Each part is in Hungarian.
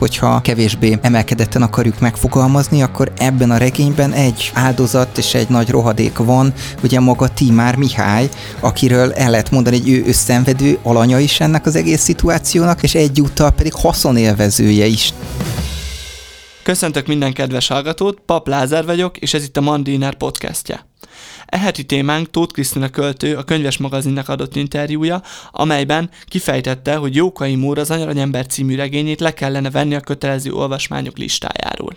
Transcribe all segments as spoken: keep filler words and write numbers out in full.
hogyha kevésbé emelkedetten akarjuk megfogalmazni, akkor ebben a regényben egy áldozat és egy nagy rohadék van, ugye maga Tímár Mihály, akiről el lehet mondani, hogy ő összenvedő alanya is ennek az egész szituációnak, és egyúttal pedig haszonélvezője is. Köszöntök minden kedves hallgatót, Pap Lázár vagyok, és ez itt a Mandiner podcastja. E heti témánk Tóth Krisztina költő a Könyves Magazinnak adott interjúja, amelyben kifejtette, hogy Jókai Mór az Aranyember című regényét le kellene venni a kötelező olvasmányok listájáról.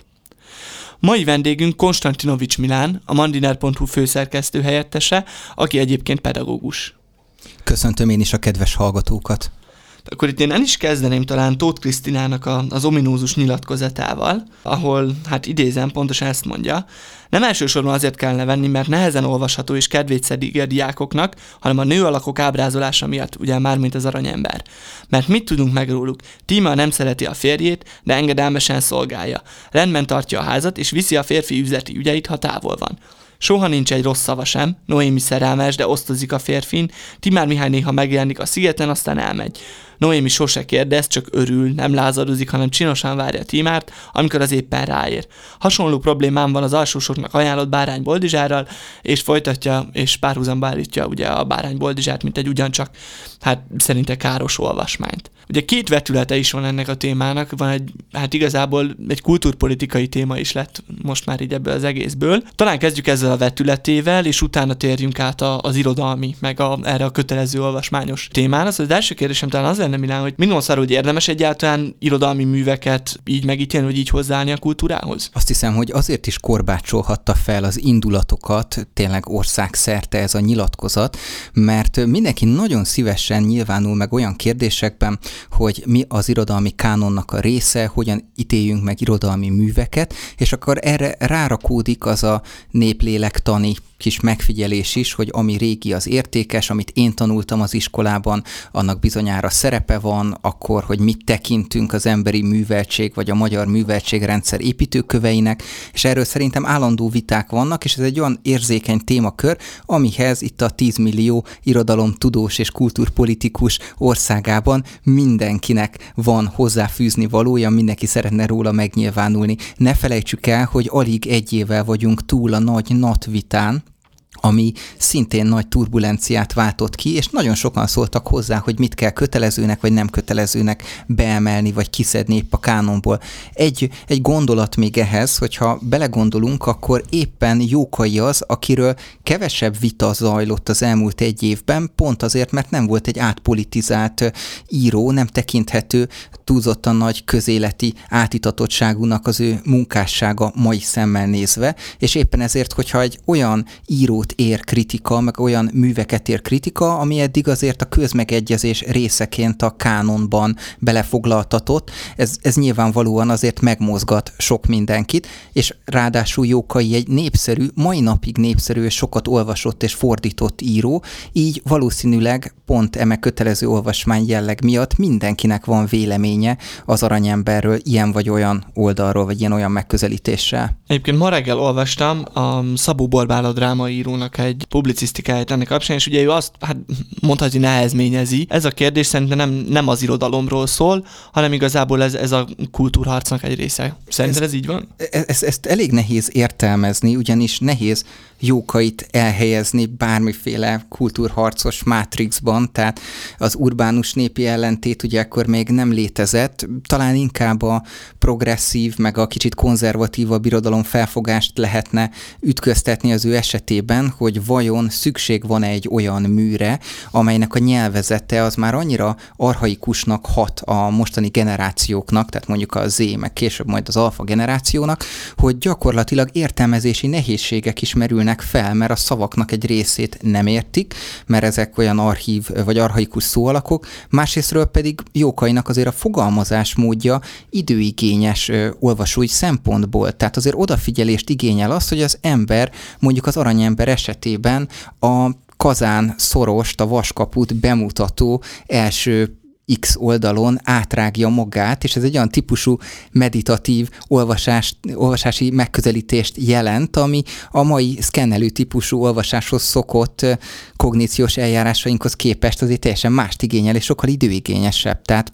Mai vendégünk Konstantinovics Milán, a mandiner pont hu főszerkesztő helyettese, aki egyébként pedagógus. Köszöntöm én is a kedves hallgatókat. Akkor itt én el is kezdeném talán Tóth Krisztinának a, az ominózus nyilatkozatával, ahol, hát idézem, pontosan ezt mondja, nem elsősorban azért kellene venni, mert nehezen olvasható és kedvét szedik a diákoknak, hanem a nő alakok ábrázolása miatt, ugye mármint az aranyember. Mert mit tudunk meg róluk? Tíma nem szereti a férjét, de engedelmesen szolgálja. Rendben tartja a házat, és viszi a férfi üzleti ügyeit, ha távol van. Soha nincs egy rossz szava sem, Noémi szerelmes, de osztozik a férfin, Tímár Mihály néha megjelenik a szigeten, aztán elmegy. Noémi sose kérdez, csak örül, nem lázadozik, hanem csinosan várja Tímárt, amikor az éppen ráér. Hasonló problémám van az alsósoknak ajánlott Bárány Boldizsárral, és folytatja, és párhuzamba állítja ugye a Bárány Boldizsárt, mint egy ugyancsak, hát szerinte káros olvasmányt. Ugye két vetülete is van ennek a témának, van egy, hát igazából egy kultúrpolitikai téma is lett most már így ebből az egészből. Talán kezdjük ezzel a vetületével, és utána térjünk át a, az irodalmi, meg a, erre a kötelező olvasmányos témára. Szóval az első kérdésem talán az lenne, Milán, hogy mit gondolsz arról, hogy érdemes egyáltalán irodalmi műveket így megítélni, vagy így hozzáállni a kultúrához? Azt hiszem, hogy azért is korbácsolhatta fel az indulatokat tényleg országszerte ez a nyilatkozat, mert mindenki nagyon szívesen nyilvánul meg olyan kérdésekben, hogy mi az irodalmi kánonnak a része, hogyan ítéljünk meg irodalmi műveket, és akkor erre rárakódik az a néplélektani kis megfigyelés is, hogy ami régi az értékes, amit én tanultam az iskolában, annak bizonyára szerepe van, akkor, hogy mit tekintünk az emberi műveltség, vagy a magyar műveltségrendszer építőköveinek, és erről szerintem állandó viták vannak, és ez egy olyan érzékeny témakör, amihez itt a tíz millió irodalomtudós és kultúrpolitikus országában mindenkinek van hozzáfűzni valója, mindenki szeretne róla megnyilvánulni. Ne felejtsük el, hogy alig egy évvel vagyunk túl a nagy en á té vitán, ami szintén nagy turbulenciát váltott ki, és nagyon sokan szóltak hozzá, hogy mit kell kötelezőnek, vagy nem kötelezőnek beemelni, vagy kiszedni épp a kánonból. Egy, egy gondolat még ehhez, hogyha belegondolunk, akkor éppen Jókai az, akiről kevesebb vita zajlott az elmúlt egy évben, pont azért, mert nem volt egy átpolitizált író, nem tekinthető túlzottan nagy közéleti átitatottságúnak az ő munkássága mai szemmel nézve, és éppen ezért, hogyha egy olyan írót ér kritika, meg olyan műveket ér kritika, ami eddig azért a közmegegyezés részeként a kánonban belefoglaltatott. Ez, ez nyilvánvalóan azért megmozgat sok mindenkit, és ráadásul Jókai egy népszerű, mai napig népszerű, és sokat olvasott és fordított író, így valószínűleg pont eme kötelező olvasmány jelleg miatt mindenkinek van véleménye az Aranyemberről ilyen vagy olyan oldalról, vagy ilyen olyan megközelítéssel. Egyébként ma reggel olvastam a Szabó Borbála drámaírónak egy publicisztikáját ennek kapcsán, és ugye ő azt, hát mondhatni nehezményezi. Ez a kérdés szerintem nem, nem az irodalomról szól, hanem igazából ez, ez a kultúrharcnak egy része. Szerinted ez, ez így van? Ezt, ezt elég nehéz értelmezni, ugyanis nehéz Jókait elhelyezni bármiféle kultúrharcos mátrixban, tehát az urbánus népi ellentét ugye akkor még nem létezett, talán inkább a progresszív, meg a kicsit konzervatívabb irodalom felfogást lehetne ütköztetni az ő esetében, hogy vajon szükség van egy olyan műre, amelynek a nyelvezete az már annyira archaikusnak hat a mostani generációknak, tehát mondjuk a Z, meg később majd az alfa generációnak, hogy gyakorlatilag értelmezési nehézségek is merülnek fel, mert a szavaknak egy részét nem értik, mert ezek olyan archív vagy archaikus szóalakok, másrésztről pedig Jókainak azért a fogalmazás módja időigényes ö, olvasói szempontból, tehát azért odafigyelést igényel az, hogy az ember mondjuk az Aranyember esetében a Kazán szorost, a Vaskaput bemutató első X oldalon átrágja magát, és ez egy olyan típusú meditatív olvasás, olvasási megközelítést jelent, ami a mai szkennelő típusú olvasáshoz szokott kogníciós eljárásainkhoz képest azért teljesen mást igényel, és sokkal időigényesebb. Tehát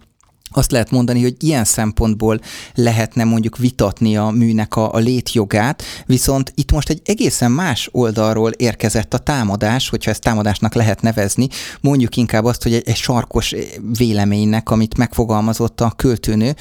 azt lehet mondani, hogy ilyen szempontból lehetne mondjuk vitatni a műnek a, a létjogát, viszont itt most egy egészen más oldalról érkezett a támadás, hogyha ezt támadásnak lehet nevezni, mondjuk inkább azt, hogy egy, egy sarkos véleménynek, amit megfogalmazott a költőnő,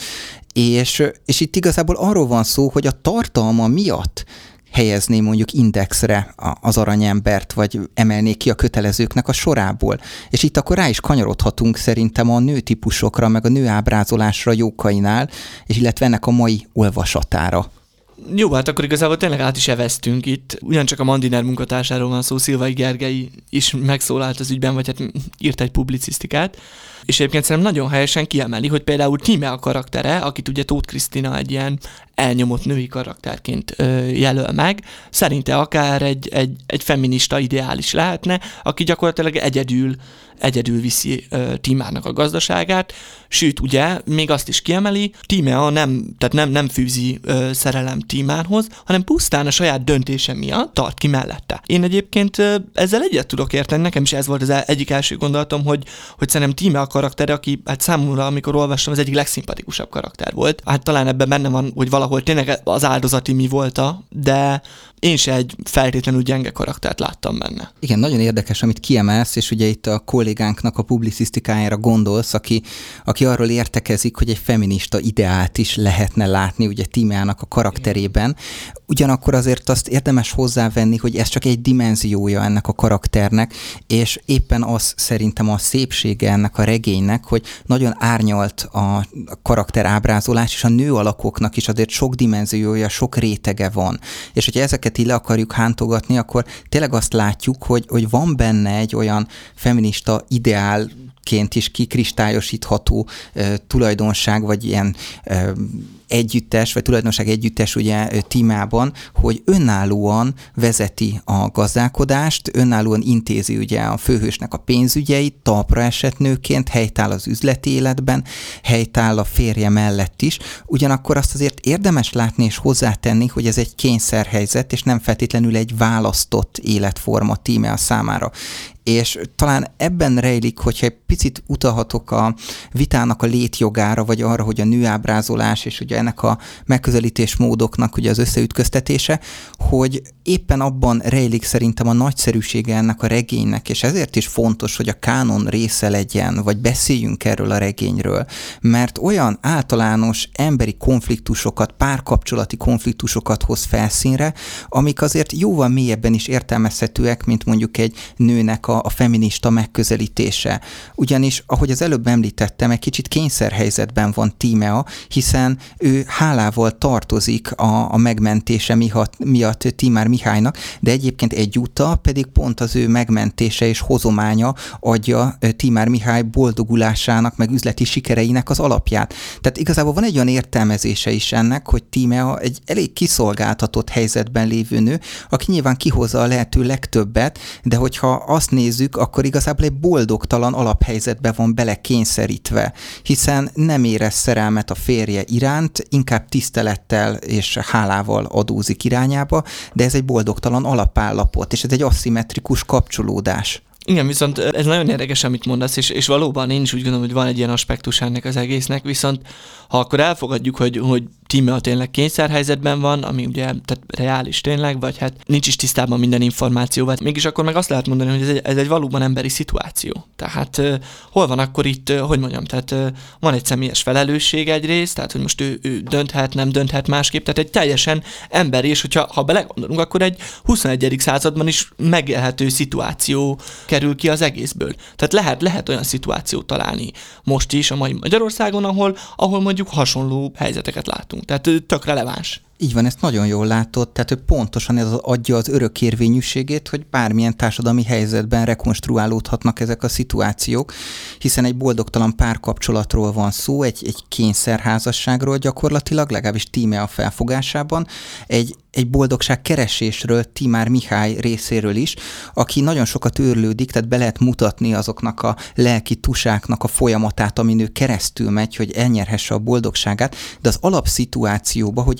és, és itt igazából arról van szó, hogy a tartalma miatt helyezni mondjuk indexre az aranyembert, vagy emelnék ki a kötelezőknek a sorából. És itt akkor rá is kanyarodhatunk szerintem a nőtípusokra, meg a nőábrázolásra Jókainál, és illetve ennek a mai olvasatára. Jó, hát akkor igazából tényleg át is eveztünk itt. Ugyancsak a Mandiner munkatársáról van szó, Szilvai Gergely is megszólalt az ügyben, vagy hát írt egy publicisztikát. És egyébként szerintem nagyon helyesen kiemeli, hogy például Tíme a karaktere, akit ugye Tóth Krisztina egy ilyen elnyomott női karakterként ö, jelöl meg, szerinte akár egy, egy, egy feminista ideális lehetne, aki gyakorlatilag egyedül, egyedül viszi ö, Tímának a gazdaságát, sőt, ugye, még azt is kiemeli, Tíme nem, tehát nem, nem fűzi ö, szerelem Tímához, hanem pusztán a saját döntése miatt tart ki mellette. Én egyébként ö, ezzel egyet tudok érteni, nekem is ez volt az egyik első gondolatom, hogy, hogy szerintem Tíme a karakter, aki hát számomra, amikor olvastam, az egyik legszimpatikusabb karakter volt. Hát talán ebben benne van, hogy valahol tényleg az áldozati mi volta, de én se egy feltétlenül gyenge karaktert láttam benne. Igen, nagyon érdekes, amit kiemelsz, és ugye itt a kollégánknak a publicisztikájára gondolsz, aki, aki arról értekezik, hogy egy feminista ideált is lehetne látni ugye Tímeának a karakterében. Ugyanakkor azért azt érdemes hozzávenni, hogy ez csak egy dimenziója ennek a karakternek, és éppen az szerintem a szépsége ennek a regénynek, hogy nagyon árnyalt a karakterábrázolás, és a nő alakoknak is azért sok dimenziója, sok rétege van. És hogyha ezeket így le akarjuk hántogatni, akkor tényleg azt látjuk, hogy, hogy van benne egy olyan feminista ideálként is kikristályosítható uh, tulajdonság, vagy ilyen uh, együttes, vagy tulajdonság együttes ugye Tímában, hogy önállóan vezeti a gazdálkodást, önállóan intézi ugye a főhősnek a pénzügyeit, talpra esett nőként, helytáll az üzleti életben, helytáll a férje mellett is, ugyanakkor azt azért érdemes látni és hozzátenni, hogy ez egy kényszerhelyzet, és nem feltétlenül egy választott életforma Tímea számára. És talán ebben rejlik, hogyha egy picit utalhatok a vitának a létjogára, vagy arra, hogy a nőábrázolás és ugye ennek a megközelítésmódoknak ugye az összeütköztetése, hogy éppen abban rejlik szerintem a nagyszerűsége ennek a regénynek, és ezért is fontos, hogy a kánon része legyen, vagy beszéljünk erről a regényről, mert olyan általános emberi konfliktusokat, párkapcsolati konfliktusokat hoz felszínre, amik azért jóval mélyebben is értelmezhetőek, mint mondjuk egy nőnek a, a feminista megközelítése. Ugyanis, ahogy az előbb említettem, egy kicsit kényszerhelyzetben van Tímea, hiszen ő hálával tartozik a, a megmentése miatt, miatt Tímár Mihálynak, de egyébként egyúttal pedig pont az ő megmentése és hozománya adja Tímár Mihály boldogulásának, meg üzleti sikereinek az alapját. Tehát igazából van egy olyan értelmezése is ennek, hogy Tímea egy elég kiszolgáltatott helyzetben lévő nő, aki nyilván kihozza a lehető legtöbbet, de hogyha azt nézzük, akkor igazából egy boldogtalan alaphelyzetbe van belekényszerítve, hiszen nem érez szerelmet a férje iránt, inkább tisztelettel és hálával adózik irányába, de ez egy boldogtalan alapállapot, és ez egy aszimmetrikus kapcsolódás. Igen, viszont ez nagyon érdekes, amit mondasz, és, és valóban én is úgy gondolom, hogy van egy ilyen aspektus ennek az egésznek, viszont ha akkor elfogadjuk, hogy, hogy Tímea tényleg kényszerhelyzetben van, ami ugye tehát reális tényleg, vagy hát nincs is tisztában minden információval, mégis akkor meg azt lehet mondani, hogy ez egy, ez egy valóban emberi szituáció. Tehát uh, hol van akkor itt, uh, hogy mondjam, tehát uh, van egy személyes felelősség egyrészt, tehát hogy most ő, ő dönthet, nem dönthet másképp, tehát egy teljesen emberi, és hogyha ha belegondolunk, akkor egy huszonegyedik században is megélhető szituáció kerül ki az egészből. Tehát lehet, lehet olyan szituációt találni most is a mai Magyarországon, ahol, ahol mondjuk hasonló helyzeteket látunk. Tehát tök releváns. Így van, ezt nagyon jól látod, tehát ő pontosan ez adja az örökérvényűségét, hogy bármilyen társadalmi helyzetben rekonstruálódhatnak ezek a szituációk, hiszen egy boldogtalan párkapcsolatról van szó, egy, egy kényszerházasságról gyakorlatilag, legalábbis Tímea felfogásában, egy, egy boldogság keresésről Tímár Mihály részéről is, aki nagyon sokat őrlődik, tehát be lehet mutatni azoknak a lelki tusáknak a folyamatát, amin ő keresztül megy, hogy elnyerhesse a boldogságát, de az alapszituációban, hogy egy boldog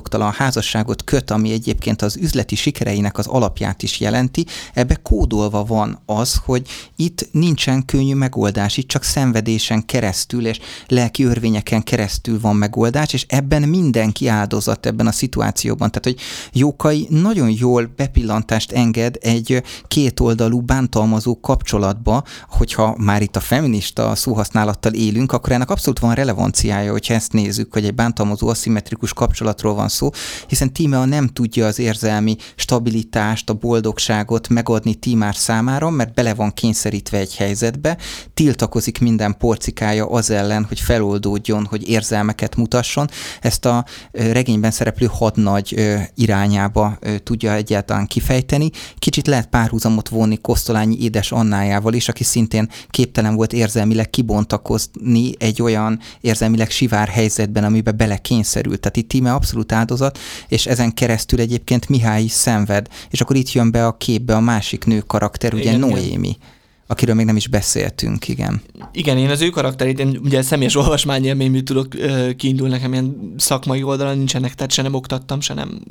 boldogtalan házasságot köt, ami egyébként az üzleti sikereinek az alapját is jelenti, ebbe kódolva van az, hogy itt nincsen könnyű megoldás, itt csak szenvedésen keresztül és lelki örvényeken keresztül van megoldás, és ebben mindenki áldozat ebben a szituációban. Tehát, hogy Jókai nagyon jól bepillantást enged egy kétoldalú bántalmazó kapcsolatba, hogyha már itt a feminista szóhasználattal élünk, akkor ennek abszolút van relevanciája, hogyha ezt nézzük, hogy egy bántalmazó aszimmetrikus kapcsolatról van szó, hiszen Tímea nem tudja az érzelmi stabilitást, a boldogságot megadni Tímár számára, mert bele van kényszerítve egy helyzetbe, tiltakozik minden porcikája az ellen, hogy feloldódjon, hogy érzelmeket mutasson. Ezt a regényben szereplő hadnagy irányába tudja egyáltalán kifejteni. Kicsit lehet párhuzamot vonni Kosztolányi édes Annájával is, aki szintén képtelen volt érzelmileg kibontakozni egy olyan érzelmileg sivár helyzetben, amiben belekényszerült. Tehát itt Tímea abszolút áldozat, és ezen keresztül egyébként Mihály is szenved. És akkor itt jön be a képbe a másik nő karakter, ugye igen, Noémi, igen. Akiről még nem is beszéltünk, igen. Igen, én az ő karakterét, én ugye személyes olvasmányélményből tudok uh, kiindulni, nekem ilyen szakmai oldalon nincsenek, tehát se nem oktattam, se nem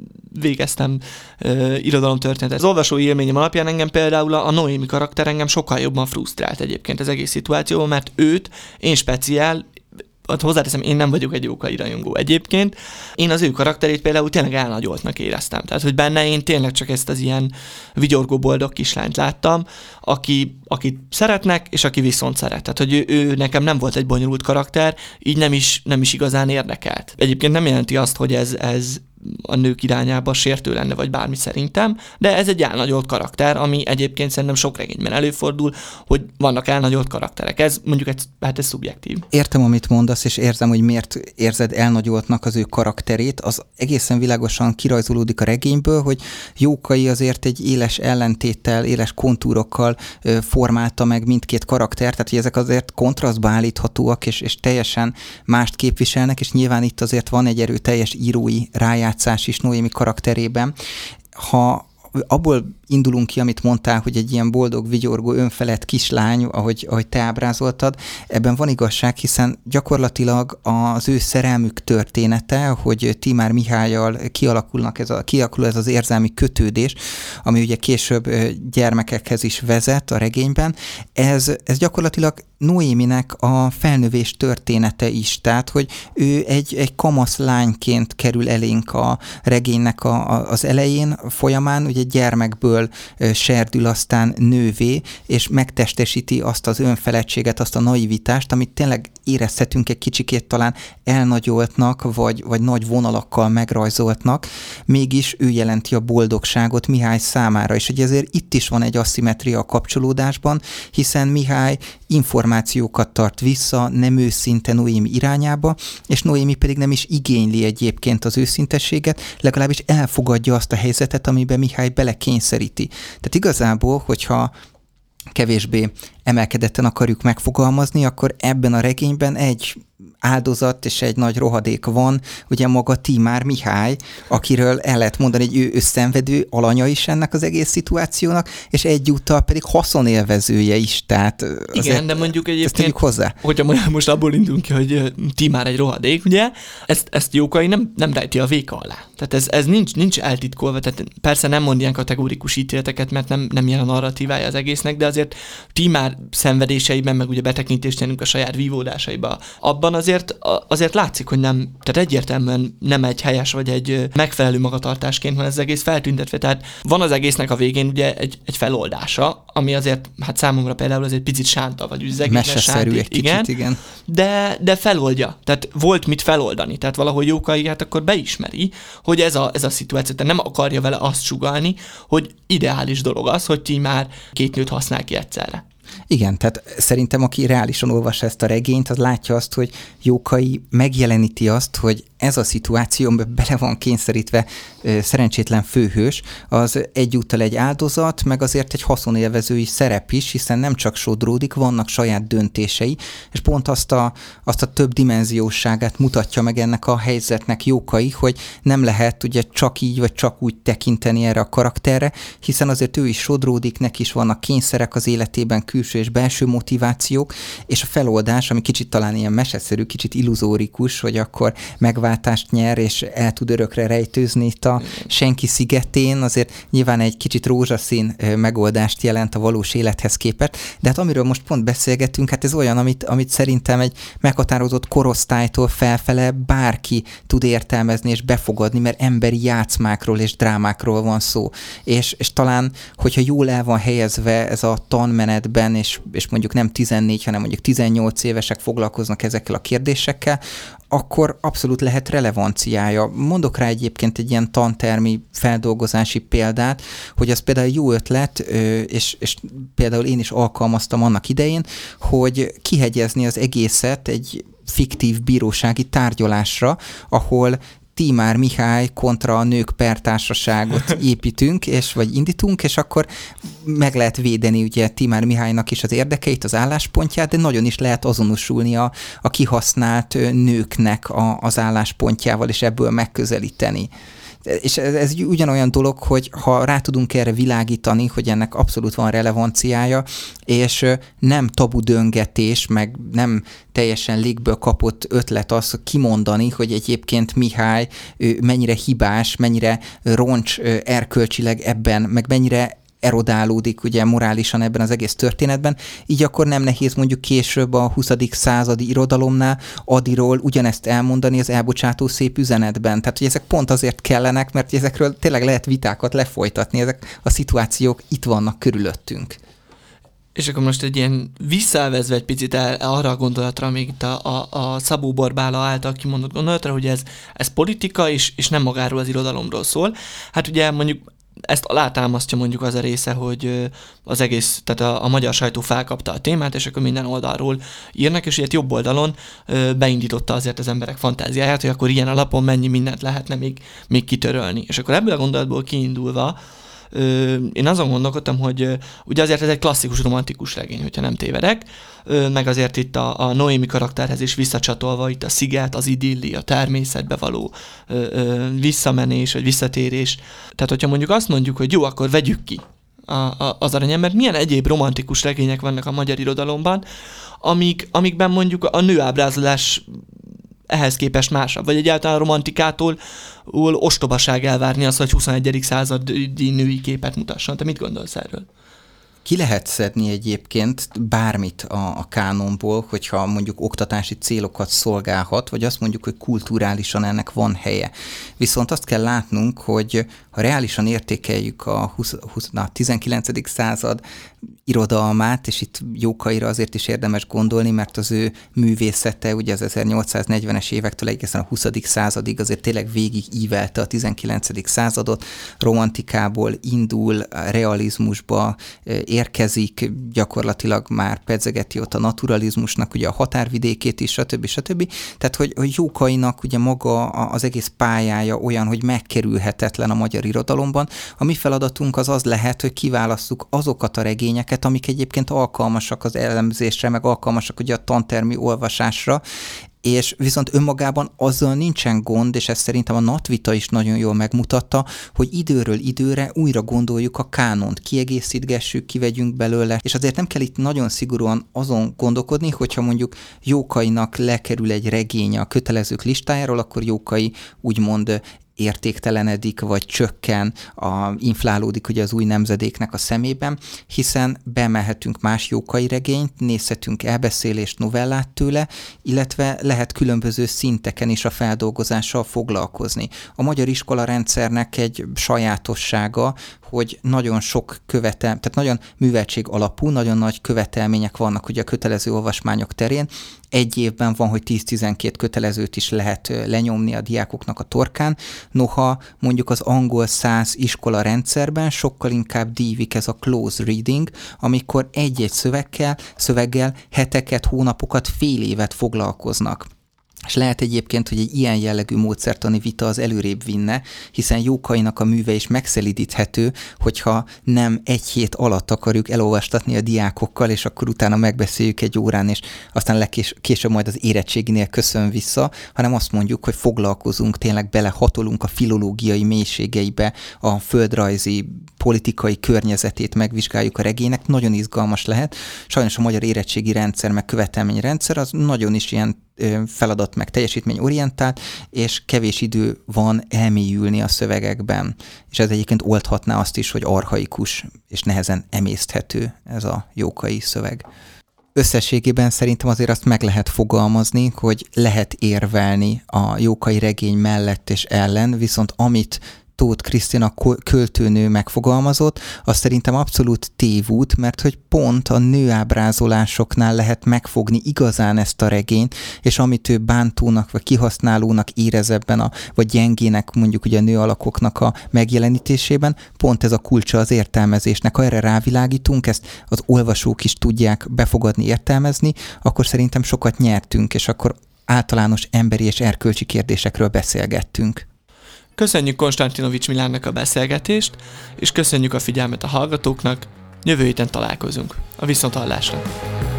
végeztem uh, irodalomtörténetet. Az olvasói élményem alapján engem például a Noémi karakter engem sokkal jobban frusztrált egyébként az egész szituációban, mert őt én speciál, hozzáteszem, én nem vagyok egy Jókai rajongó egyébként. Én az ő karakterét például tényleg elnagyoltnak éreztem. Tehát, hogy benne én tényleg csak ezt az ilyen vigyorgó boldog kislányt láttam, aki, akit szeretnek, és aki viszont szeret. Tehát, hogy ő, ő nekem nem volt egy bonyolult karakter, így nem is, nem is igazán érdekelt. Egyébként nem jelenti azt, hogy ez, ez a nők irányába sértő lenne, vagy bármi szerintem, de ez egy elnagyolt karakter, ami egyébként szerintem sok regényben előfordul, hogy vannak elnagyolt karakterek. Ez mondjuk egy, hát ez szubjektív. Értem, amit mondasz, és érzem, hogy miért érzed elnagyoltnak az ő karakterét. Az egészen világosan kirajzolódik a regényből, hogy Jókai azért egy éles ellentéttel, éles kontúrokkal formálta meg mindkét karaktert, tehát hogy ezek azért kontrasztba állíthatóak, és, és teljesen mást képviselnek, és nyilván itt azért van egy erőteljes írói rájátszás is Noémi karakterében. Ha abból indulunk ki, amit mondtál, hogy egy ilyen boldog, vigyorgó, önfelett kislány, ahogy, ahogy te ábrázoltad, ebben van igazság, hiszen gyakorlatilag az ő szerelmük története, hogy Tímár Mihállyal kialakulnak ez a, kialakul ez az érzelmi kötődés, ami ugye később gyermekekhez is vezet a regényben, ez, ez gyakorlatilag Noéminek a felnövés története is, tehát, hogy ő egy, egy kamasz lányként kerül elénk a regénynek a, a, az elején folyamán, ugye gyermekből serdül aztán nővé, és megtestesíti azt az önfeledtséget, azt a naivitást, amit tényleg érezhetünk egy kicsikét talán elnagyoltnak, vagy, vagy nagy vonalakkal megrajzoltnak, mégis ő jelenti a boldogságot Mihály számára, és hogy ezért itt is van egy asszimetria a kapcsolódásban, hiszen Mihály információkat tart vissza, nem őszinte Noémi irányába, és Noémi pedig nem is igényli egyébként az őszintességet, legalábbis elfogadja azt a helyzetet, amiben Mihály belekényszeríti. Tehát igazából, hogyha kevésbé emelkedetten akarjuk megfogalmazni, akkor ebben a regényben egy áldozat és egy nagy rohadék van, ugye maga Tímár Mihály, akiről el lehet mondani, hogy ő, ő szenvedő alanya is ennek az egész szituációnak, és egyúttal pedig haszonélvezője is, tehát igen, de mondjuk egyébként, hozzá. Hogyha most abból indulunk ki, hogy Tímár egy rohadék, ugye, ezt, ezt Jókai nem, nem rejti a véka alá. Tehát ez, ez nincs, nincs eltitkolva, tehát persze nem mond ilyen kategórikus ítéleteket, mert nem, nem ilyen a narratívája az egésznek, de azért Tímár szenvedéseiben, meg ugye betekintést nyerünk a saját vívódásaiba, abban azért, azért látszik, hogy nem, tehát egyértelműen nem egy helyes vagy egy megfelelő magatartásként van ez az egész feltüntetve. Tehát van az egésznek a végén ugye egy, egy feloldása, ami azért, hát számomra például azért picit sánta, vagy üzzeg. Meseszerű egy kicsit, igen. igen. De, de feloldja. Tehát volt mit feloldani. Tehát valahogy Jókai hát akkor beismeri, hogy ez a, ez a szituáció, tehát nem akarja vele azt sugallni, hogy ideális dolog az, hogy ti már két nőt használ ki egyszerre. Igen, tehát szerintem aki reálisan olvassa ezt a regényt, az látja azt, hogy Jókai megjeleníti azt, hogy ez a szituáció, amiben bele van kényszerítve ö, szerencsétlen főhős, az egyúttal egy áldozat, meg azért egy haszonélvezői szerep is, hiszen nem csak sodródik, vannak saját döntései, és pont azt a, azt a több dimenziósságát mutatja meg ennek a helyzetnek Jókai, hogy nem lehet ugye csak így, vagy csak úgy tekinteni erre a karakterre, hiszen azért ő is sodródik, neki is vannak kényszerek az életében, külső és belső motivációk, és a feloldás, ami kicsit talán ilyen meseszerű, kicsit illuzórikus, hogy akkor megváltozik világváltást nyer, és el tud örökre rejtőzni itt a senki szigetén, azért nyilván egy kicsit rózsaszín megoldást jelent a valós élethez képest, de hát amiről most pont beszélgetünk, hát ez olyan, amit, amit szerintem egy meghatározott korosztálytól felfele bárki tud értelmezni és befogadni, mert emberi játszmákról és drámákról van szó. És, és talán, hogyha jól el van helyezve ez a tanmenetben, és, és mondjuk nem tizennégy, hanem mondjuk tizennyolc évesek foglalkoznak ezekkel a kérdésekkel, akkor abszolút lehet relevanciája. Mondok rá egyébként egy ilyen tantermi feldolgozási példát, hogy az például jó ötlet, és, és például én is alkalmaztam annak idején, hogy kihegyezni az egészet egy fiktív bírósági tárgyalásra, ahol Tímár Mihály kontra a nők pertársaságot építünk, és vagy indítunk, és akkor meg lehet védeni ugye Tímár Mihálynak is az érdekeit, az álláspontját, de nagyon is lehet azonosulni a, a kihasznált nőknek a, az álláspontjával, és ebből megközelíteni. És ez, ez ugyanolyan dolog, hogy ha rá tudunk erre világítani, hogy ennek abszolút van relevanciája, és nem tabu döngetés, meg nem teljesen légből kapott ötlet az, hogy kimondani, hogy egyébként Mihály mennyire hibás, mennyire roncs erkölcsileg ebben, meg mennyire erodálódik ugye morálisan ebben az egész történetben, így akkor nem nehéz mondjuk később a huszadik századi irodalomnál Adiról ugyanezt elmondani az elbocsátó szép üzenetben. Tehát, hogy ezek pont azért kellenek, mert ezekről tényleg lehet vitákat lefolytatni, ezek a szituációk itt vannak körülöttünk. És akkor most egy ilyen visszavezve egy picit el, arra a gondolatra, még itt a, a, a Szabó Borbála által kimondott gondolatra, hogy ez, ez politika, és, és nem magáról az irodalomról szól. Hát ugye mondjuk ezt alátámasztja mondjuk az a része, hogy az egész, tehát a, a magyar sajtó felkapta a témát, és akkor minden oldalról írnak, és ilyet jobb oldalon beindította azért az emberek fantáziáját, hogy akkor ilyen alapon mennyi mindent lehetne még, még kitörölni. És akkor ebből a gondolatból kiindulva én azon gondolkodtam, hogy ugye azért ez egy klasszikus romantikus regény, hogyha nem tévedek, meg azért itt a, a Noémi karakterhez is visszacsatolva, itt a sziget, az idilli, a természetbe való visszamenés, vagy visszatérés. Tehát, hogyha mondjuk azt mondjuk, hogy jó, akkor vegyük ki a, a, az aranyembert, milyen egyéb romantikus regények vannak a magyar irodalomban, amik, amikben mondjuk a nőábrázolás ehhez képest másabb, vagy egyáltalán a romantikától ostobaság elvárni azt, hogy huszonegyedik századi női képet mutasson. Te mit gondolsz erről? Ki lehet szedni egyébként bármit a, a kánonból, hogyha mondjuk oktatási célokat szolgálhat, vagy azt mondjuk, hogy kulturálisan ennek van helye. Viszont azt kell látnunk, hogy ha reálisan értékeljük a húsz, húsz, na, tizenkilencedik század irodalmát, és itt Jókaira azért is érdemes gondolni, mert az ő művészete ugye az ezernyolcszáznegyvenes évektől egészen a huszadik századig azért tényleg végig ívelte a tizenkilencedik századot, romantikából indul, realizmusba érkezik, gyakorlatilag már pedzegeti ott a naturalizmusnak, ugye a határvidékét is, stb. stb. Tehát, hogy, hogy Jókainak ugye maga az egész pályája olyan, hogy megkerülhetetlen a magyar irodalomban. A mi feladatunk az az lehet, hogy kiválasszuk azokat a regényeket, amik egyébként alkalmasak az elemzésre, meg alkalmasak ugye a tantermi olvasásra, és viszont önmagában azzal nincsen gond, és ezt szerintem a Natvita is nagyon jól megmutatta, hogy időről időre újra gondoljuk a kánont, kiegészítgessük, kivegyünk belőle, és azért nem kell itt nagyon szigorúan azon gondolkodni, hogyha mondjuk Jókainak lekerül egy regény a kötelezők listájáról, akkor Jókai úgymond értéktelenedik, vagy csökken, a, inflálódik ugye az új nemzedéknek a szemében, hiszen beemelhetünk más Jókai regényt, nézhetünk elbeszélést, novellát tőle, illetve lehet különböző szinteken is a feldolgozással foglalkozni. A magyar iskola rendszernek egy sajátossága, hogy nagyon sok követel, tehát nagyon műveltség alapú, nagyon nagy követelmények vannak ugye a kötelező olvasmányok terén. Egy évben van, hogy tíz-tizenkét kötelezőt is lehet lenyomni a diákoknak a torkán, noha mondjuk az angol száz iskola rendszerben sokkal inkább dívik ez a close reading, amikor egy-egy szöveggel, szöveggel heteket, hónapokat, fél évet foglalkoznak. És lehet egyébként, hogy egy ilyen jellegű módszertani vita az előrébb vinne, hiszen Jókainak a műve is megszelidíthető, hogyha nem egy hét alatt akarjuk elolvastatni a diákokkal, és akkor utána megbeszéljük egy órán, és aztán legkésőbb majd az érettséginél köszön vissza, hanem azt mondjuk, hogy foglalkozunk, tényleg belehatolunk a filológiai mélységeibe, a földrajzi, politikai környezetét megvizsgáljuk a regénynek, nagyon izgalmas lehet. Sajnos a magyar érettségi rendszer, meg követelményrendszer az nagyon is ilyen feladat meg teljesítményorientált, és kevés idő van elmélyülni a szövegekben. És ez egyébként oldhatná azt is, hogy archaikus és nehezen emészthető ez a Jókai szöveg. Összességében szerintem azért azt meg lehet fogalmazni, hogy lehet érvelni a Jókai regény mellett és ellen, viszont amit Tóth Krisztina költőnő megfogalmazott, az szerintem abszolút tévút, mert hogy pont a nőábrázolásoknál lehet megfogni igazán ezt a regényt, és amit ő bántónak vagy kihasználónak érez ebben, a, vagy gyengének mondjuk ugye a nő alakoknak a megjelenítésében, pont ez a kulcsa az értelmezésnek. Ha erre rávilágítunk, ezt az olvasók is tudják befogadni, értelmezni, akkor szerintem sokat nyertünk, és akkor általános emberi és erkölcsi kérdésekről beszélgettünk. Köszönjük Konstantinovics Milánnak a beszélgetést, és köszönjük a figyelmet a hallgatóknak. Jövő héten találkozunk. A viszonthallásra!